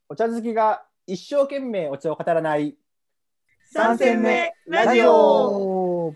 お茶好きが一生懸命お茶を語らない 3戦目ラジオ。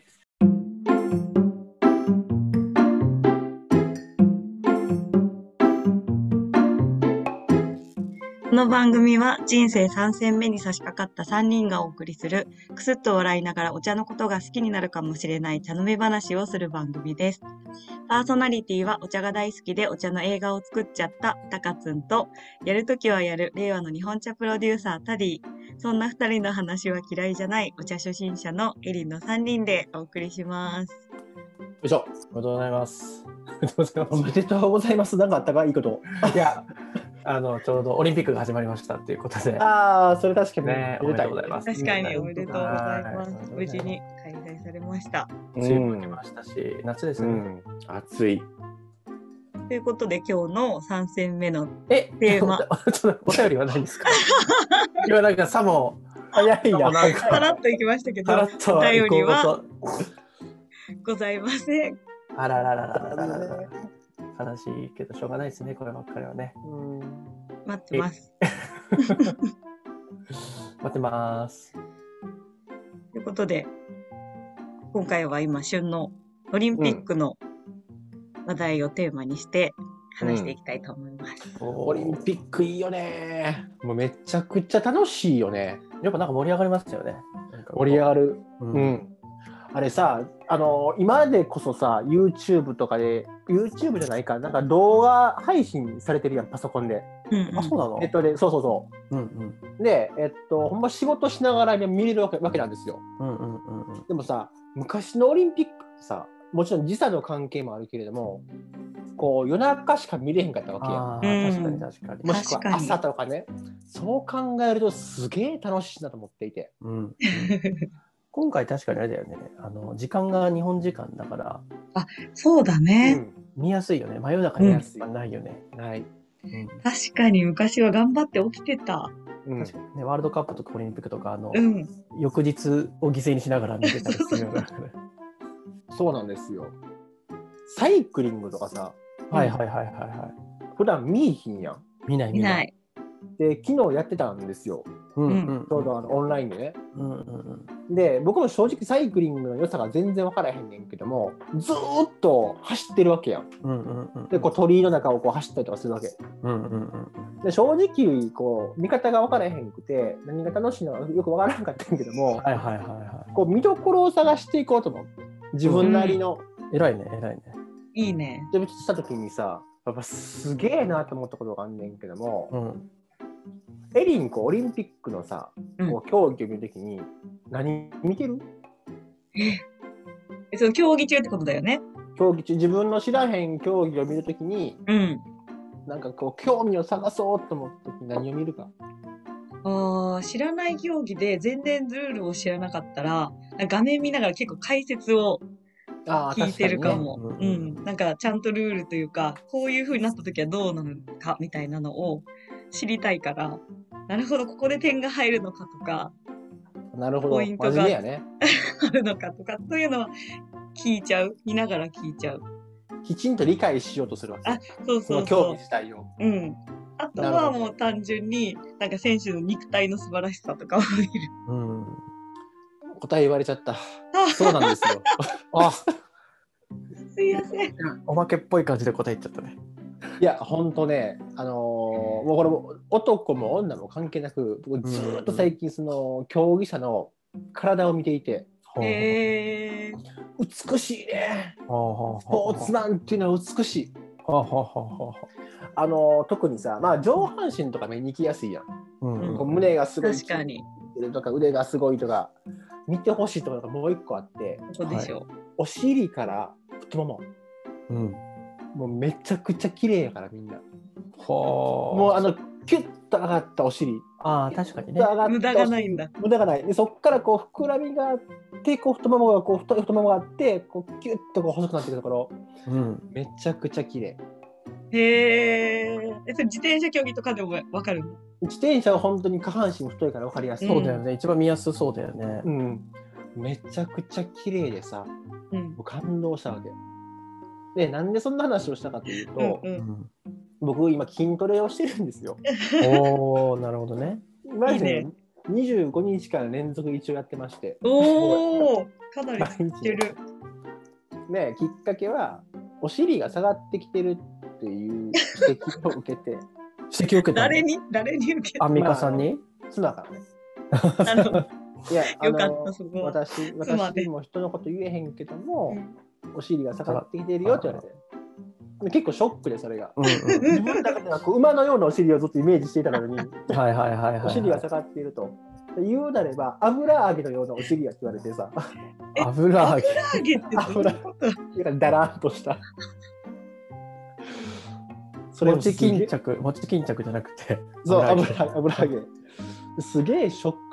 この番組は人生3戦目に差し掛かった3人がお送りするくすっと笑いながらお茶のことが好きになるかもしれない茶飲み話をする番組です。パーソナリティはお茶が大好きでお茶の映画を作っちゃったたかつんと、やるときはやる令和の日本茶プロデューサータディ、そんな2人の話は嫌いじゃないお茶初心者のエリンの3人でお送りします。 よいしょ。 おめでとうございます。 おめでとうございます。なんかあったかいいこと。 いや、ちょうどオリンピックが始まりましたっていうことで。 ああ、それ確かにね、おめでとうございます。 確かにおめでとうございます。無事に開催されました。 梅雨も来ましたし、夏ですね。 暑い。 ということで今日の3戦目のテーマ。 お便りはないんですか？今なんかさも早いな。 さらっといきましたけど、お便りはございません。 あららららららら。悲しいけどしょうがないですね、こればっかりはね。 待ってます。 待ってます。 ということで、今回は今旬のオリンピックの話題をテーマにして話していきたいと思います。 オリンピックいいよね。もうめちゃくちゃ楽しいよね。 やっぱなんか盛り上がりますよね。 盛り上がる。あれさ、今でこそさ、YouTube とかで、YouTube じゃないか、なんか動画配信されてるやん、パソコンで。 あ、そうなの？ ネットで、そうそうそう。で、ほんま仕事しながら見れるわけなんですよ。でもさ、昔のオリンピックってさ、もちろん時差の関係もあるけれども、こう夜中しか見れへんかったわけやん。 確かに確かに。 もしくは朝とかね。そう考えるとすげえ楽しいなと思っていて。 今回確かにあれだよね。時間が日本時間だから。 あ、そうだね。 見やすいよね。真夜中にやつはないよね。 ない。 確かに昔は頑張って起きてた。 確かにね、ワールドカップとかオリンピックとか翌日を犠牲にしながら見てたりするよね。 そうなんですよ。サイクリングとかさ。普段見いひんやん。 見ない。 で、昨日やってたんですよ。ちょうどオンラインでね。で、僕も正直サイクリングの良さが全然分からへんねんけども、ずーっと走ってるわけやん。で、こう鳥居の中をこう走ったりとかするわけ。で、正直こう見方が分からへんくて、何が楽しいのかよく分からなかったんやけども、こう見どころを探していこうと思って、自分なりの。 偉いね。 いいね。 で、した時にさ、やっぱすげえなと思ったことがあんねんけども、エリンコオリンピックのさ、こう競技を見るときに何見てる？ その競技中ってことだよね。 競技中、自分の知らへん競技を見るときに、なんかこう興味を探そうと思ったときに何を見るか。 知らない競技で全然ルールを知らなかったら、画面見ながら結構解説を聞いてるかも。なんかちゃんとルールというか、こういう風になった時はどうなのかみたいなのを知りたいから、なるほど、ここで点が入るのかとか、 なるほど、 ポイントが真面目やね。 あるのかとか、そういうのは見ながら聞いちゃう。 きちんと理解しようとするわけ。 そう。 その競技自体を。 あとはもう単純に、なんか選手の肉体の素晴らしさとかを見る。 答え言われちゃった。そうなんですよ。 すいません。 おまけっぽい感じで答えちゃったね。 いや、ほんとね、もうこれ男も女も関係なく、僕ずっと最近その競技者の体を見ていて、美しいね。スポーツマンっていうのは美しい。特にさ、まあ上半身とか目に行きやすいやん。こう胸がすごい確かにとか腕がすごいとか見てほしいところがもう一個あって、 そうでしょう。 お尻から太もも。もうめちゃくちゃ綺麗やからみんな。もうキュッと上がったお尻。 確かにね。 無駄がないんだ。 無駄がない。でそっからこう膨らみがあって、こう太ももがこう太い太ももがあって、こうキュッとこう細くなっていくところ。めちゃくちゃ綺麗。 それ自転車競技とかでも分かるの？ 自転車は本当に下半身太いから分かりやすい。 そうだよね。一番見やすそうだよね。 めちゃくちゃ綺麗でさ、感動したわけ。で、なんでそんな話をしたかというと、 僕今筋トレをしてるんですよ。 おー、なるほどね。 マジで25日間連続一応やってまして。 おー、かなりしてる。 ね、きっかけはお尻が下がってきてるっていう指摘を受けて。 指摘を受けた。 誰に受けた。 アンミカさんに？ 妻からね。いや、 よかった、そこ。 私も人のこと言えへんけども、お尻が下がってきてるよって言われて。結構ショックでそれが。自分の中ではこう馬のようなお尻をずっとイメージしていたのに、お尻が下がっていると。言うなれば油揚げのようなお尻がって言われてさ。 油揚げってどういうこと？ だらんとした。 それ餅巾着じゃなくて。 そう、油揚げ。すげえショック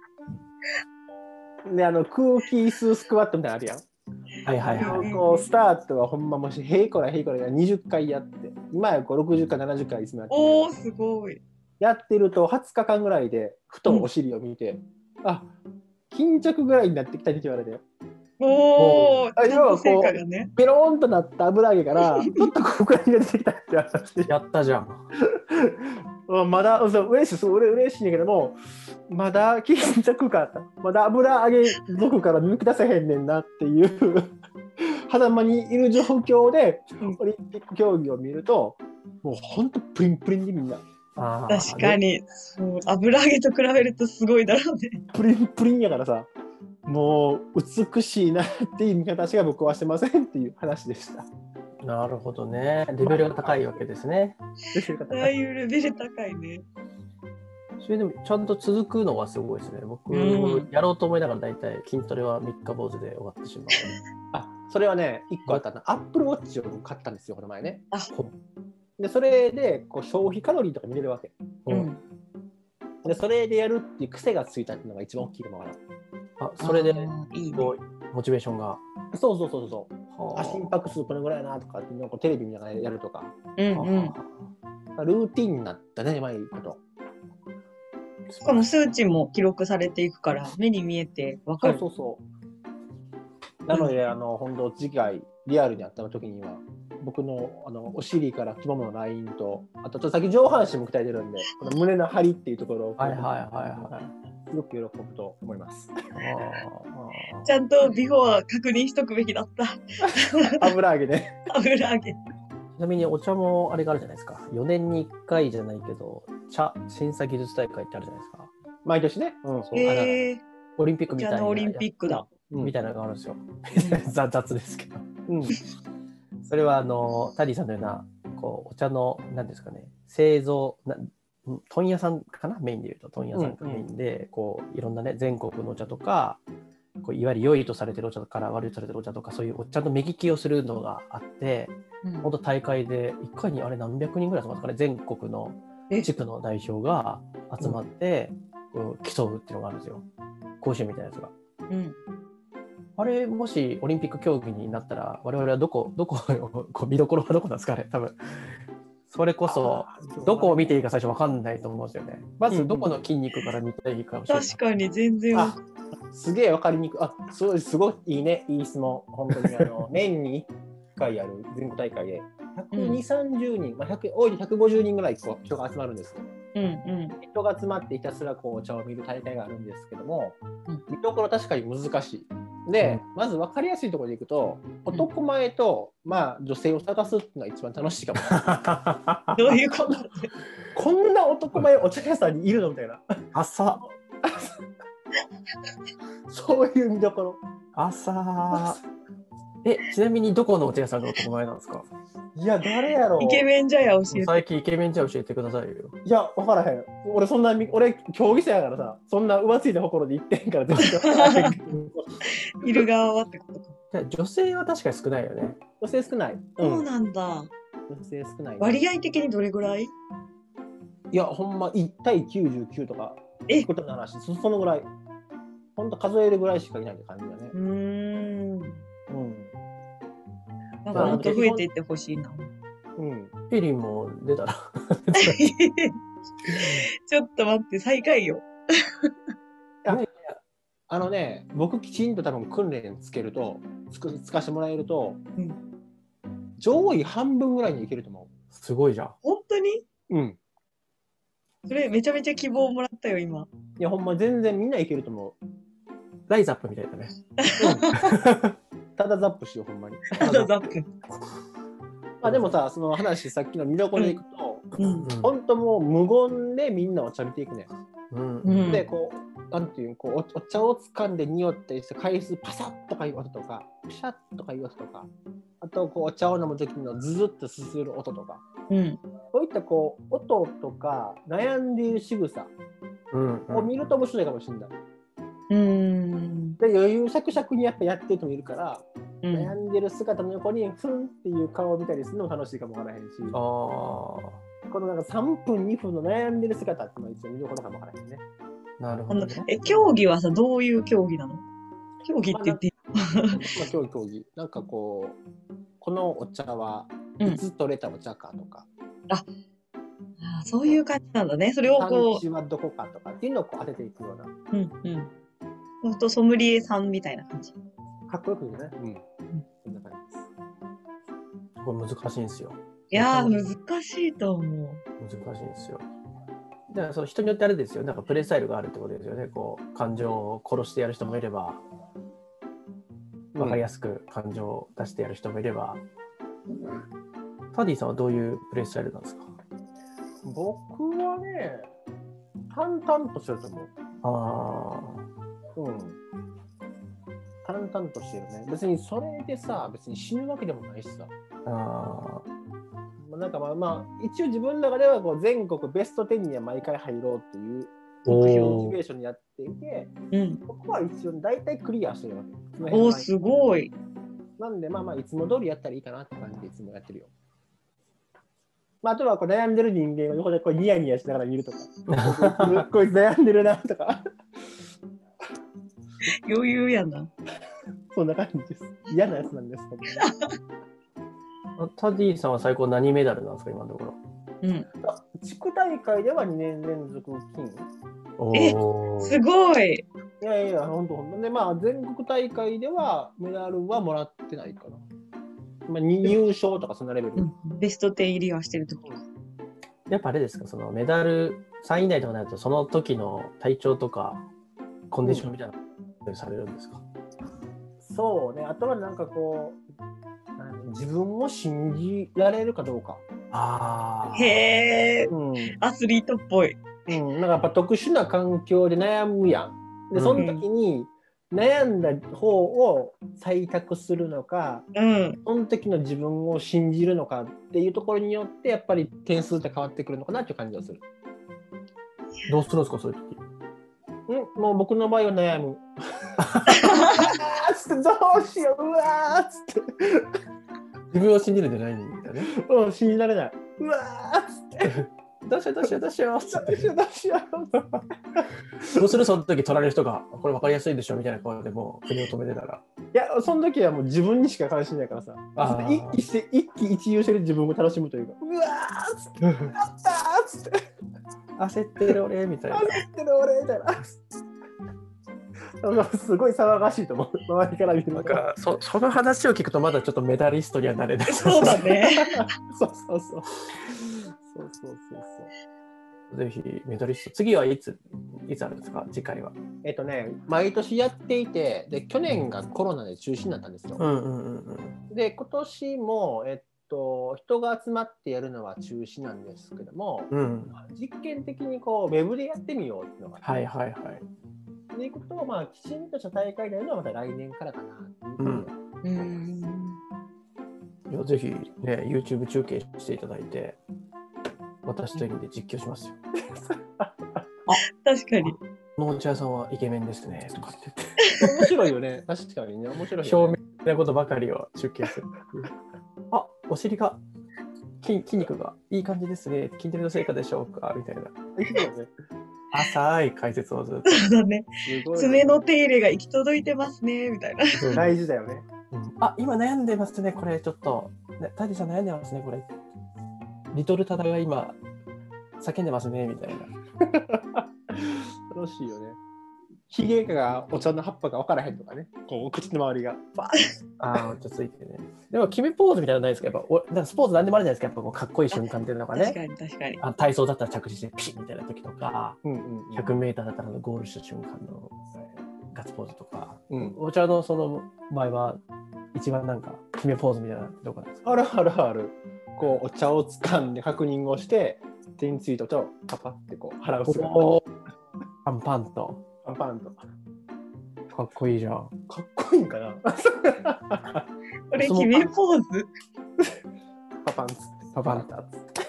で。で、空気椅子スクワットみたいなのあるやん。こうスタートはほんまもしへいこらが20回やって、今やこう60回70回いつもやって、 おー、すごい。 やってると20日間ぐらいでふとお尻を見て、あ、巾着ぐらいになってきたって言われて、 おー、 要はこう、ね、 ペローンとなった油揚げからちょっとここらに出てきたって話やったじゃん。 まだ嬉しいんだけども、まだ巾着かった、まだ油揚げ族から抜き出せへんねんなっていう狭間にいる状況でオリンピック競技を見ると、もうほんとプリンプリンにみんな。 確かにそう、油揚げと比べるとすごいだろうね。 プリンプリンやからさ、もう美しいなっていう見方しか僕はしてませんっていう話でした。 なるほどね。レベルが高いわけですね。 ああいうレベル高いね。 それでもちゃんと続くのはすごいですね。僕、やろうと思いながら大体筋トレは3日坊主で終わってしまう。 それはね、1個あったな。アップルウォッチを買ったんですよ、この前ね。で、それでこう消費カロリーとか見れるわけ。で、それでやるっていう癖がついたっていうのが一番大きいのかな。 それでモチベーションが。 そう。心拍数これぐらいなとかっていうのをテレビ見ながらやるとか。ルーティンになったね、前言うこと。 しかも数値も記録されていくから目に見えて分かる。 そうなので、本当次回リアルに会った時には僕のお尻から肝ものラインと、あとちょっと先上半身も鍛えてるんで、この胸の張りっていうところをすごく喜ぶと思います。 ちゃんとビフォー確認しとくべきだった。 油揚げね。 油揚げ。 ちなみにお茶もあれがあるじゃないですか。4年に1回じゃないけど、茶審査技術大会ってあるじゃないですか。 毎年ね。 オリンピックみたいな。 オリンピックだ。 みたいなのがあるんですよ。雑ですけど。それはタディさんのようなこうお茶の何ですかね、製造問屋さんかな、メインでいうと問屋さんがメインで、こういろんなね全国のお茶とか、こういわゆる良いとされてるお茶から悪いとされてるお茶とか、そういうお茶の目利きをするのがあって、本当大会で1回にあれ何百人ぐらい集まったかね、全国の地区の代表が集まって競うっていうのがあるんですよ。甲子園みたいなやつが。あれもしオリンピック競技になったら我々はどこ見どころはどこなんですかね。多分それこそどこを見ていいか最初分かんないと思うんですよね。まずどこの筋肉から見ていいかもしれない。 確かに全然すげえ分かりにくい。すごいいいね、いい質問。本当に年に1回やる全国大会で120、30人、多いで150人ぐらい人が集まるんですよ。人が集まってひたすらお茶を見る大会があるんですけども、見どころ確かに難しい。で、まず分かりやすいところでいくと、男前と、女性を探すっていうのが一番楽しいかも。 どういうこと？ こんな男前お茶屋さんにいるのみたいな。そういう見どころ。 ちなみにどこのお茶屋さんが男前なんですか？ いや、誰やろう。 イケメン茶屋教えて。 最近イケメン茶屋教えてくださいよ。 いや、分からへん。俺競技者やからさ、そんな浮ついた心で言ってんから全然いる側はってことか。 女性は確かに少ないよね。 女性少ない。 そうなんだ。 女性少ない。 割合的にどれぐらい？ いや、ほんま1対99とか。ことの話、そのぐらい。ほんと数えるぐらいしかいないって感じだね。 なんかもっと増えていってほしいな。 ペリンも出たらちょっと待って、最下位よ。 僕きちんと多分訓練つかしてもらえると、上位半分ぐらいにいけると思う。 すごいじゃん。 本当に？ うん。 それめちゃめちゃ希望もらったよ、今。 いや、ほんま全然みんないけると思う。 ライザップみたいだね。 ただザップしよう、ほんまに。 ただザップ。 まあでもさ、その話、さっきの見どころでいくと、 ほんともう無言でみんなお茶見ていくね。で、こう、なんていうこう、お茶を掴んで匂ったりして、回数パサッとかいう音とか、ピシャッとかいう音とか、あとこうお茶を飲む時のズズッとすする音とか、こういったこう音とか悩んでいる仕草を見ると面白いかもしれない。で余裕しゃくしゃくにやっぱやってる人もいるから、悩んでる姿の横にふんっていう顔を見たりするのも楽しいかもわからへんし、このなんか3分2分の悩んでる姿ってのは一応見どころかもわからへんね。 なるほど、ね。 競技はさ、どういう競技なの？競技って言っていいの？競技。なんかこう、このお茶はいつ取れたお茶かとか。 そういう感じなんだね。それをこう。 産地はどこかとかっていうのをこう当てていくような。 ほんとソムリエさんみたいな感じ。 かっこよくね。そんな感じです。 これ難しいんですよ。 いやー、難しいと思う。 難しいんですよ。だからその人によってあれですよ。なんかプレイスタイルがあるってことですよね。こう感情を殺してやる人もいれば、わかりやすく感情を出してやる人もいれば。タディさんはどういうプレイスタイルなんですか？ 僕はね、淡々としてると思う。淡々としてるね。別にそれでさ、別に死ぬわけでもないしさ。なんかまあ一応自分の中ではこう全国ベスト10には毎回入ろうっていう目標モチベーションにやっていて、僕は一応大体クリアしてるわけ。 すごい。 なんでまあいつも通りやったらいいかなって感じでいつもやってるよ。あとはこう悩んでる人間を横でこうニヤニヤしながら見るとか、こいつ悩んでるなとか。 余裕やな。 そんな感じです。嫌なやつなんです。 タディさんは最高何メダルなんですか、今のところ？ 地区大会では2年連続金。 すごい。 いや、ほんと。で、全国大会ではメダルはもらってないかな。入賞とかそんなレベル。 ベスト10入りはしてるとき。 やっぱあれですか、そのメダル3位以内とかになると、その時の体調とかコンディションみたいなのされるんですか？ そうね。あとはなんかこう、自分を信じられるかどうか。 へー、アスリートっぽい。 なんかやっぱ特殊な環境で悩むやん。で、その時に悩んだ方を採択するのか、その時の自分を信じるのかっていうところによってやっぱり点数って変わってくるのかなっていう感じがする。 どうするんですか、そういう時？ もう僕の場合は悩む。どうしよう、うわーっつって。 自分を信じるんじゃないんだね。 信じられない。うわーっつって。 どうしようどうするその時取られる人がこれ分かりやすいでしょみたいな顔でもう国を止めてたら。 いや、その時はもう自分にしか関心ないからさ。一喜一憂してる自分を楽しむというか。うわーっつって。やったーっつって。 焦ってる俺みたいな。 焦ってる俺みたいな。すごい騒がしいと思う。周りから見てる。 なんかその話を聞くとまだちょっとメダリストにはなれない。 そうだね。 そう。 ぜひメダリスト。次はいつあるんですか？次回は。 毎年やっていて、で去年がコロナで中止になったんですよ。で今年も人が集まってやるのは中止なんですけども、実験的にこうウェブでやってみようっていうのがでいくと、きちんとした大会になるのはまた来年からかな。 いやぜひね YouTube 中継していただいて。私と意味で実況しますよ。 確かに。 このお茶屋さんはイケメンですねとかって言って。面白いよね。確かにね。面白い、ね。 表面的なことばかりを中継する。お尻が筋肉がいい感じですね。筋トレの成果でしょうかみたいな。浅い解説をずっと。 そうだね。爪の手入れが行き届いてますねみたいな。 大事だよね。 今悩んでますね。これちょっとタディさん悩んでますね。これ。リトルタダが今叫んでますねみたいな。 楽しいよね。 ヒゲがお茶の葉っぱが分からへんとかね、こう口の周りがバーッ。 ああ、落ち着いてね。でも決めポーズみたいなのないですか？やっぱなんかスポーツなんでもあるじゃないですか。やっぱこうかっこいい瞬間っていうのがね。 確かに確かに。 体操だったら着地してピシッみたいな時とか、100メーターだったらゴールした瞬間のガッツポーズとか、お茶のその場合は一番なんか決めポーズみたいなどこなんですか？ あるあるある。こうお茶を掴んで確認をして、手についたお茶をパパってこう払う姿。 パンパンと。 パンパンと。 かっこいいじゃん。 かっこいいんかな。 これ決めポーズ。 パパンツパパンと。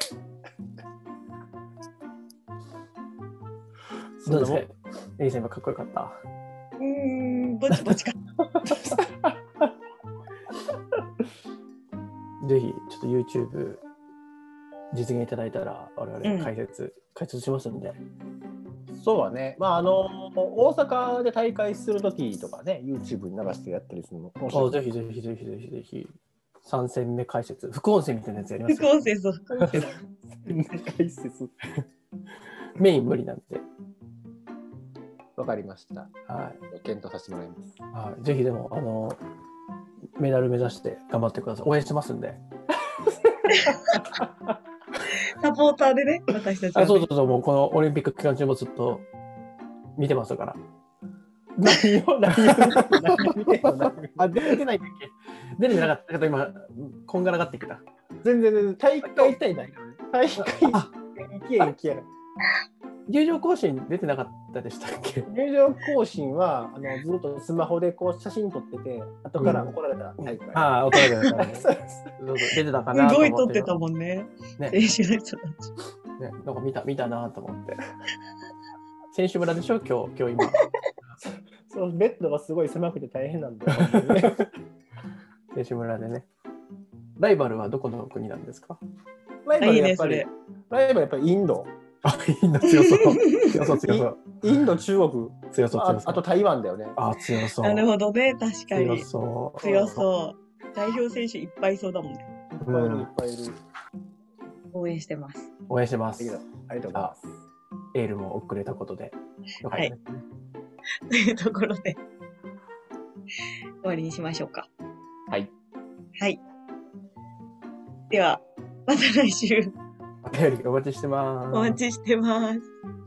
どうですか？エリさん今かっこよかった。 ぼちぼちか。 ぜひちょっと YouTube 実現いただいたら我々解説しますんで。 そうだね。まあ大阪で大会するときとかね、YouTube に流してやったりするの。 ぜひぜひぜひぜひぜひ。3戦目解説。副音声みたいなやつやりますよ。副音声そう。副音声だ。 解説。 メイン無理なんで。 わかりました。 はい。 検討させてもらいます。 はい。ぜひでもメダル目指して頑張ってください。応援してますんで。 サポーターでね、私たちは、ね。 そう、もうこのオリンピック期間中もずっと見てますから。 何見てんの？ あ、出てないんだっけ？出てなかったけど今、こんがらがってきた。 全然、大会行きたいんだけどね。大会行けや。 入場行進出てなかったでしたっけ？ 入場行進はずっとスマホでこう写真撮ってて、後から怒られた大会。 怒られた。出てたかなと思って。 すごい撮ってたもんね。選手の人たち。 ね、なんか見たなと思って。選手村でしょ今日今。 そう、ベッドがすごい狭くて大変なんだよ。 選手村でね。ライバルはどこの国なんですか？ ライバルやっぱりインド。 インド強そう。 インド、中国。 強そう。 あと台湾だよね。 強そう。 なるほどね、確かに。 強そう。代表選手いっぱいいそうだもんね。 いっぱいいる。 応援してます。 応援してます。 ありがとうございます。 エールも送れたことで。 はい。というところで、終わりにしましょうか。 はい。 はい。では、また来週。 お便りお待ちしてます。 お待ちしてます。